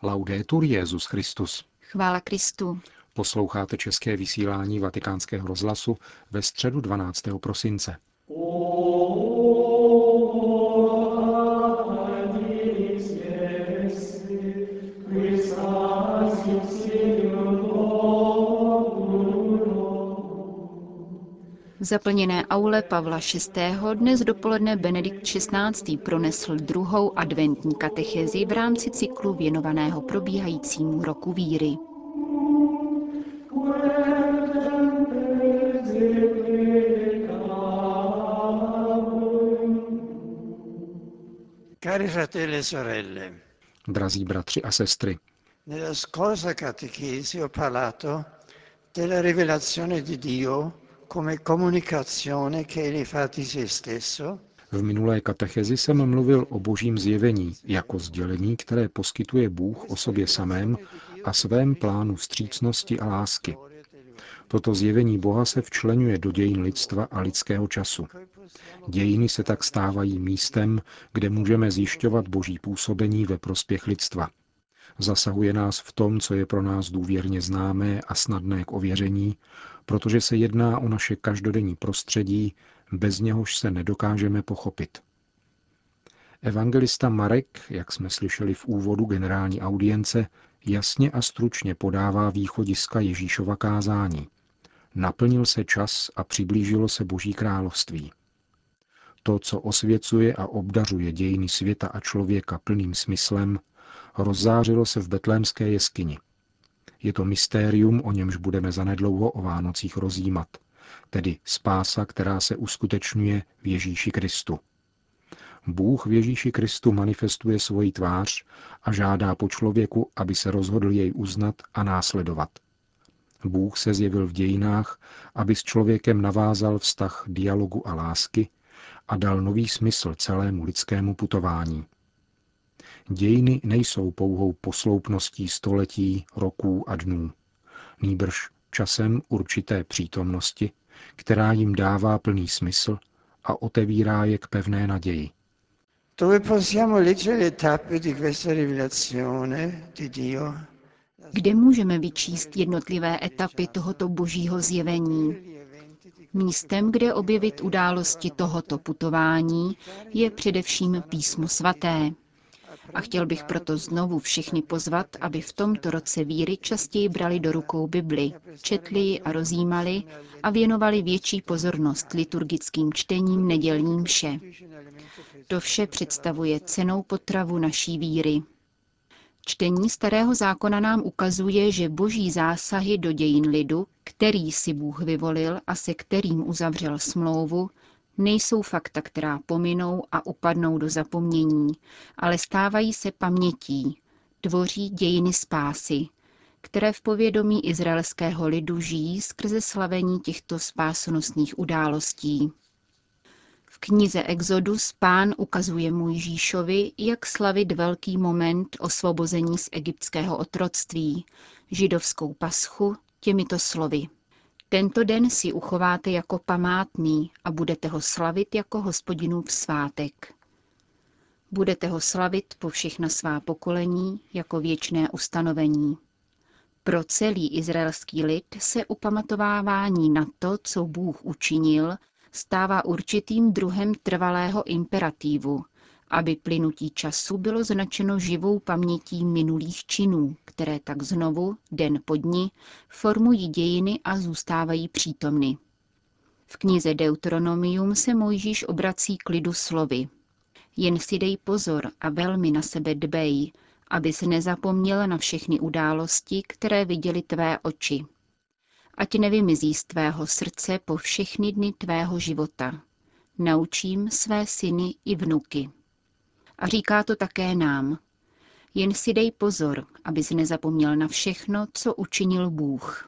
Laudetur Jesus Christus. Chvála Kristu. Posloucháte české vysílání Vatikánského rozhlasu ve středu 12. prosince. V zaplněné aule Pavla VI. Dnes dopoledne Benedikt XVI. Pronesl druhou adventní katechezi v rámci cyklu věnovaného probíhajícímu roku víry. Cari fratelli e sorelle, Drazí bratři a sestry, nella scorsa catechesi ho parlato della rivelazione di Dio come comunicazione che egli fa di se stesso. v minulé katechezi jsem mluvil o božím zjevení jako sdělení, které poskytuje Bůh o sobě samém a svém plánu vstřícnosti a lásky. Toto zjevení Boha se včleňuje do dějin lidstva a lidského času. Dějiny se tak stávají místem, kde můžeme zjišťovat boží působení ve prospěch lidstva. Zasahuje nás v tom, co je pro nás důvěrně známé a snadné k ověření, protože se jedná o naše každodenní prostředí, bez něhož se nedokážeme pochopit. Evangelista Marek, jak jsme slyšeli v úvodu generální audience, jasně a stručně podává východiska Ježíšova kázání. Naplnil se čas a přiblížilo se Boží království. To, co osvěcuje a obdařuje dějiny světa a člověka plným smyslem, rozzářilo se v betlémské jeskyni. Je to mystérium, o němž budeme zanedlouho o Vánocích rozjímat, tedy spása, která se uskutečňuje v Ježíši Kristu. Bůh v Ježíši Kristu manifestuje svoji tvář a žádá po člověku, aby se rozhodl jej uznat a následovat. Bůh se zjevil v dějinách, aby s člověkem navázal vztah dialogu a lásky a dal nový smysl celému lidskému putování. Dějiny nejsou pouhou posloupností století, roků a dnů. Nýbrž časem určité přítomnosti, která jim dává plný smysl a otevírá je k pevné naději. Dove possiamo leggere le tappe di questa rivelazione di Dio? Kde můžeme vyčíst jednotlivé etapy tohoto božího zjevení? Místem, kde objevit události tohoto putování, je především Písmo svaté. A chtěl bych proto znovu všechny pozvat, aby v tomto roce víry častěji brali do rukou Bibli, četli ji a rozjímali a věnovali větší pozornost liturgickým čtením nedělní mše. To vše představuje cennou potravu naší víry. Čtení Starého zákona nám ukazuje, že boží zásahy do dějin lidu, který si Bůh vyvolil a se kterým uzavřel smlouvu, nejsou fakta, která pominou a upadnou do zapomnění, ale stávají se pamětí, tvoří dějiny spásy, které v povědomí izraelského lidu žijí skrze slavení těchto spásonosných událostí. V knize Exodus Pán ukazuje Mojžíšovi, jak slavit velký moment osvobození z egyptského otroctví, židovskou paschu, těmito slovy. Tento den si uchováte jako památný a budete ho slavit jako Hospodinův svátek. Budete ho slavit po všechna svá pokolení jako věčné ustanovení. Pro celý izraelský lid se upamatovávání na to, co Bůh učinil, stává určitým druhem trvalého imperativu, aby plynutí času bylo značeno živou pamětí minulých činů, které tak znovu, den po dni, formují dějiny a zůstávají přítomny. V knize Deuteronomium se Mojžíš obrací k lidu slovy. Jen si dej pozor a velmi na sebe dbej, abys nezapomněl na všechny události, které viděly tvé oči. Ať nevymizí z tvého srdce po všechny dny tvého života. Naučím své syny i vnuky. A říká to také nám. Jen si dej pozor, abys nezapomněl na všechno, co učinil Bůh.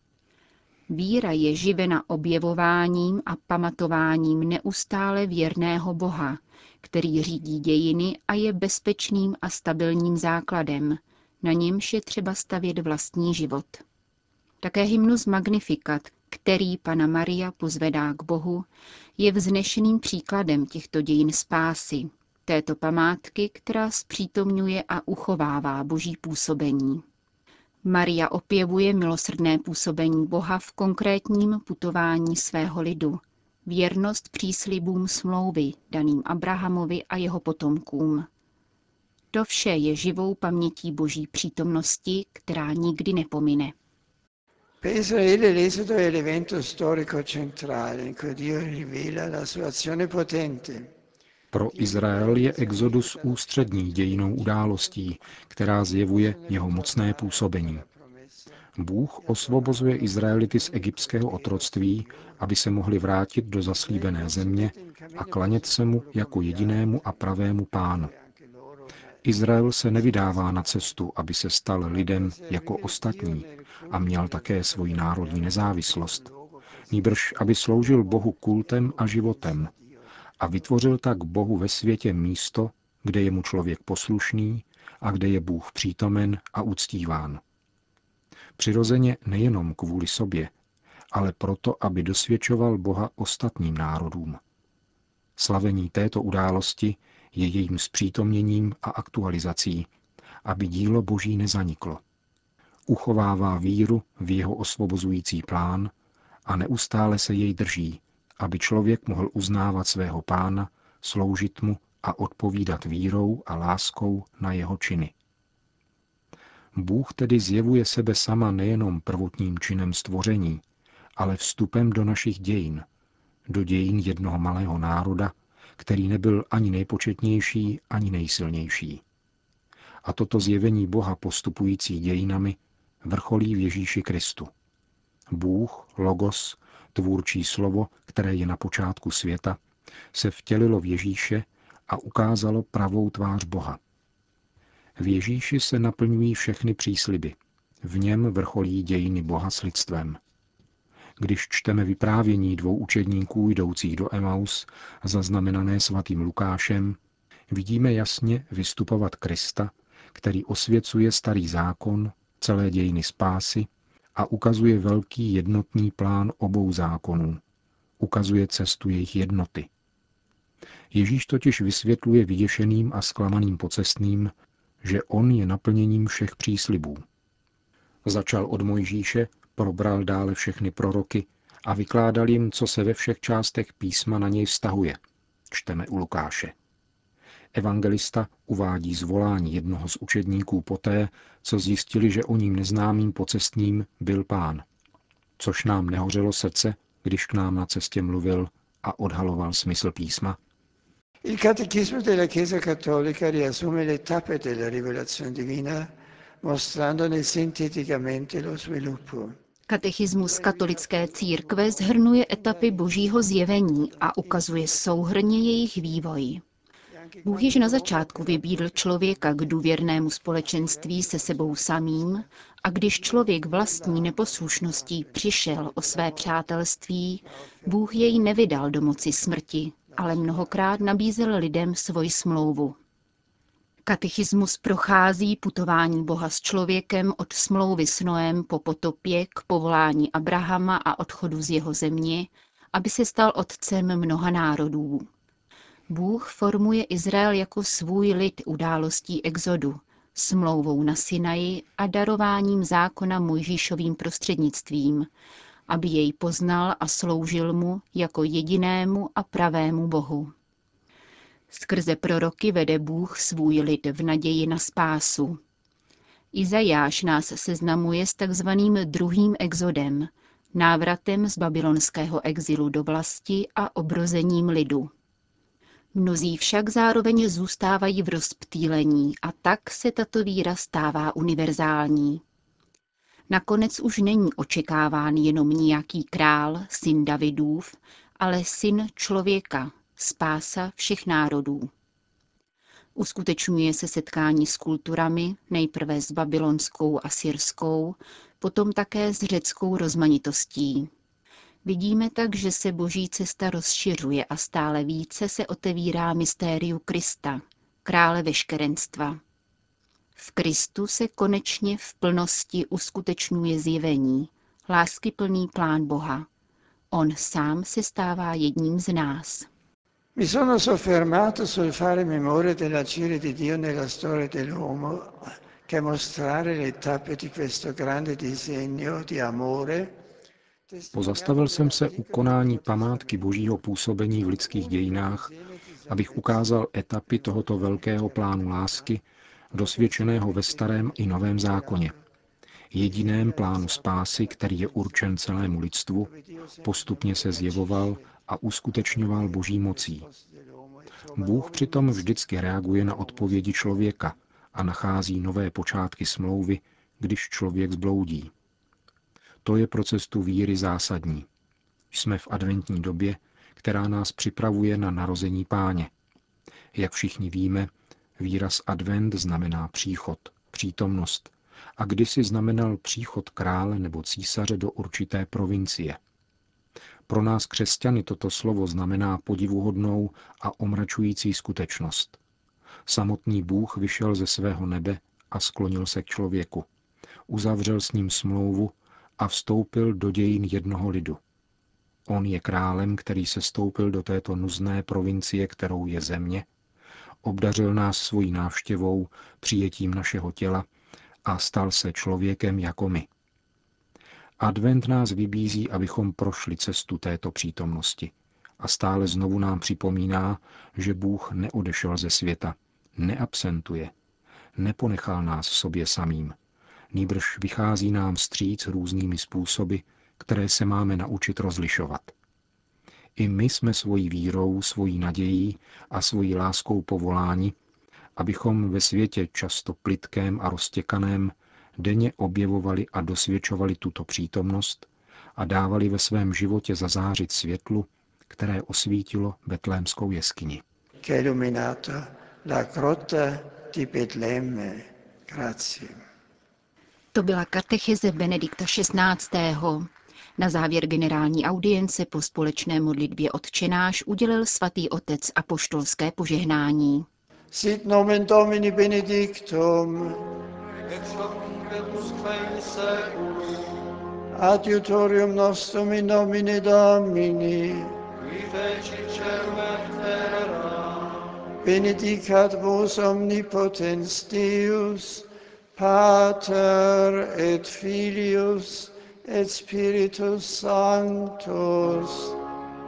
Víra je živena objevováním a pamatováním neustále věrného Boha, který řídí dějiny a je bezpečným a stabilním základem, na němž je třeba stavět vlastní život. Také hymnus Magnificat, který Panna Maria pozvedá k Bohu, je vznešeným příkladem těchto dějin spásy. této památky, která zpřítomňuje a uchovává boží působení. Maria opěvuje milosrdné působení Boha v konkrétním putování svého lidu, věrnost příslibům smlouvy daným Abrahamovi a jeho potomkům. To vše je živou pamětí boží přítomnosti, která nikdy nepomine. Per Israele l'esodo è l'evento storico centrale in cui Dio rivela la sua azione potente. Pro Izrael je exodus ústřední dějinnou událostí, která zjevuje jeho mocné působení. Bůh osvobozuje Izraelity z egyptského otroctví, aby se mohli vrátit do zaslíbené země a klanět se mu jako jedinému a pravému pánu. Izrael se nevydává na cestu, aby se stal lidem jako ostatní a měl také svoji národní nezávislost, nýbrž aby sloužil Bohu kultem a životem a vytvořil tak Bohu ve světě místo, kde je mu člověk poslušný a kde je Bůh přítomen a uctíván. Přirozeně nejenom kvůli sobě, ale proto, aby dosvědčoval Boha ostatním národům. Slavení této události je jejím zpřítomněním a aktualizací, aby dílo Boží nezaniklo. Uchovává víru v jeho osvobozující plán a neustále se jej drží, aby člověk mohl uznávat svého pána, sloužit mu a odpovídat vírou a láskou na jeho činy. Bůh tedy zjevuje sebe sama nejenom prvotním činem stvoření, ale vstupem do našich dějin, do dějin jednoho malého národa, který nebyl ani nejpočetnější, ani nejsilnější. A toto zjevení Boha postupující dějinami vrcholí v Ježíši Kristu. Bůh, Logos, tvůrčí slovo, které je na počátku světa, se vtělilo v Ježíše a ukázalo pravou tvář Boha. V Ježíši se naplňují všechny přísliby. V něm vrcholí dějiny Boha s lidstvem. Když čteme vyprávění dvou učedníků jdoucích do Emaus, zaznamenané svatým Lukášem, vidíme jasně vystupovat Krista, který osvěcuje starý zákon, celé dějiny spásy a ukazuje velký jednotný plán obou zákonů. Ukazuje cestu jejich jednoty. Ježíš totiž vysvětluje vyděšeným a zklamaným pocestným, že on je naplněním všech příslibů. Začal od Mojžíše, probral dále všechny proroky a vykládal jim, co se ve všech částech písma na něj vztahuje. Čteme u Lukáše. Evangelista uvádí zvolání jednoho z učedníků poté, co zjistili, že o ním neznámým pocestním byl Pán. Což nám nehořelo srdce, když k nám na cestě mluvil a odhaloval smysl písma? Il catechismo della Chiesa Cattolica riassume le tappe della rivelazione divina, mostrandone sinteticamente lo sviluppo. Katechismus katolické církve shrnuje etapy božího zjevení a ukazuje souhrnně jejich vývoj. Bůh již na začátku vybídl člověka k důvěrnému společenství se sebou samým a když člověk vlastní neposlušností přišel o své přátelství, Bůh jej nevydal do moci smrti, ale mnohokrát nabízel lidem svoji smlouvu. Katechismus prochází putování Boha s člověkem od smlouvy s Noem po potopě k povolání Abrahama a odchodu z jeho země, aby se stal otcem mnoha národů. Bůh formuje Izrael jako svůj lid událostí exodu, smlouvou na Sinaji a darováním zákona Mojžíšovým prostřednictvím, aby jej poznal a sloužil mu jako jedinému a pravému Bohu. Skrze proroky vede Bůh svůj lid v naději na spásu. Izajáš nás seznamuje s takzvaným druhým exodem, návratem z babylonského exilu do vlasti a obrozením lidu. Mnozí však zároveň zůstávají v rozptýlení a tak se tato víra stává univerzální. Nakonec už není očekáván jenom nějaký král, syn Davidův, ale syn člověka, spása všech národů. Uskutečňuje se setkání s kulturami, nejprve s babylonskou a syrskou, potom také s řeckou rozmanitostí. Vidíme tak, že se boží cesta rozšiřuje a stále více se otevírá mystériu Krista, krále veškerenstva. V Kristu se konečně v plnosti uskutečňuje zjevení, láskyplný plán Boha. On sám se stává jedním z nás. Mi sono soffermato sul fare memoria dell'agire di Dio nella storia dell'uomo, che mostrare le tappe di questo grande disegno di amore. Pozastavil jsem se u konání památky božího působení v lidských dějinách, abych ukázal etapy tohoto velkého plánu lásky, dosvědčeného ve starém i novém zákoně. Jediném plánu spásy, který je určen celému lidstvu, postupně se zjevoval a uskutečňoval boží mocí. Bůh přitom vždycky reaguje na odpovědi člověka a nachází nové počátky smlouvy, když člověk zbloudí. To je pro cestu víry zásadní. Jsme v adventní době, která nás připravuje na narození Páně. Jak všichni víme, výraz advent znamená příchod, přítomnost a kdysi znamenal příchod krále nebo císaře do určité provincie. Pro nás křesťany toto slovo znamená podivuhodnou a omračující skutečnost. Samotný Bůh vyšel ze svého nebe a sklonil se k člověku. Uzavřel s ním smlouvu a vstoupil do dějin jednoho lidu. On je králem, který se stoupil do této nuzné provincie, kterou je země, obdařil nás svojí návštěvou, přijetím našeho těla a stal se člověkem jako my. Advent nás vybízí, abychom prošli cestu této přítomnosti a stále znovu nám připomíná, že Bůh neodešel ze světa, neabsentuje, neponechal nás sobě samým, nýbrž vychází nám vstříc různými způsoby, které se máme naučit rozlišovat. I my jsme svojí vírou, svojí nadějí a svojí láskou povoláni, abychom ve světě často plytkém a roztěkaném denně objevovali a dosvědčovali tuto přítomnost a dávali ve svém životě zazářit světlu, které osvítilo betlémskou jeskyni. To byla katecheze Benedikta XVI. Na závěr generální audience po společné modlitbě Otčenáš udělil svatý otec apoštolské požehnání. Sit nomen Domini benedictum, adiutorium nostrum in nomine Domini, benedicat vos omnipotens Deus, Pater et Filius et Spiritus Sanctus.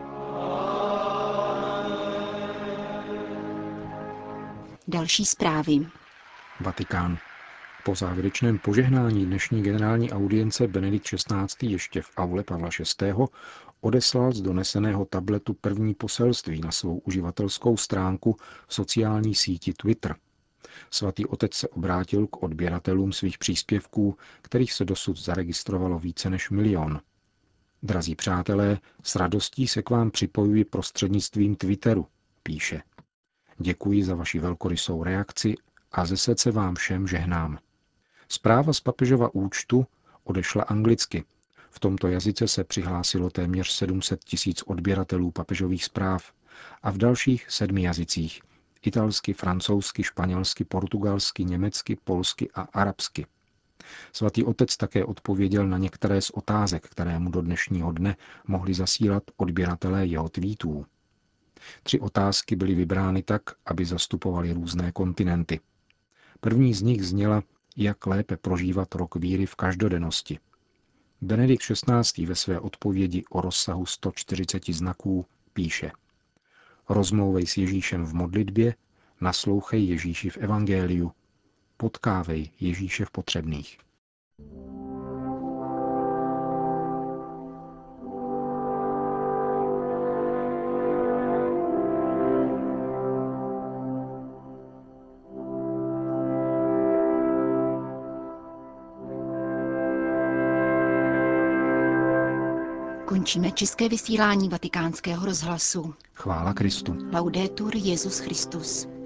Další zprávy. Vatikán. Po závěrečném požehnání dnešní generální audience Benedikt XVI. Ještě v aule Pavla VI. Odeslal z doneseného tabletu první poselství na svou uživatelskou stránku v sociální síti Twitter. Svatý otec se obrátil k odběratelům svých příspěvků, kterých se dosud zaregistrovalo více než 1 000 000. Drazí přátelé, s radostí se k vám připojuji prostřednictvím Twitteru, píše. Děkuji za vaši velkorysou reakci a ze srdce vám všem žehnám. Zpráva z papežova účtu odešla anglicky. V tomto jazyce se přihlásilo téměř 700 000 odběratelů papežových zpráv a v dalších 7 jazycích italsky, francouzsky, španělsky, portugalsky, německy, polsky a arabsky. Svatý otec také odpověděl na některé z otázek, které mu do dnešního dne mohli zasílat odběratelé jeho tweetů. 3 otázky byly vybrány tak, aby zastupovaly různé kontinenty. První z nich zněla, jak lépe prožívat rok víry v každodennosti. Benedikt XVI. Ve své odpovědi o rozsahu 140 znaků píše: Rozmlouvej s Ježíšem v modlitbě, naslouchej Ježíši v evangeliu, potkávej Ježíše v potřebných. Končíme české vysílání Vatikánského rozhlasu. Chvála Kristu. Laudetur Jesus Christus.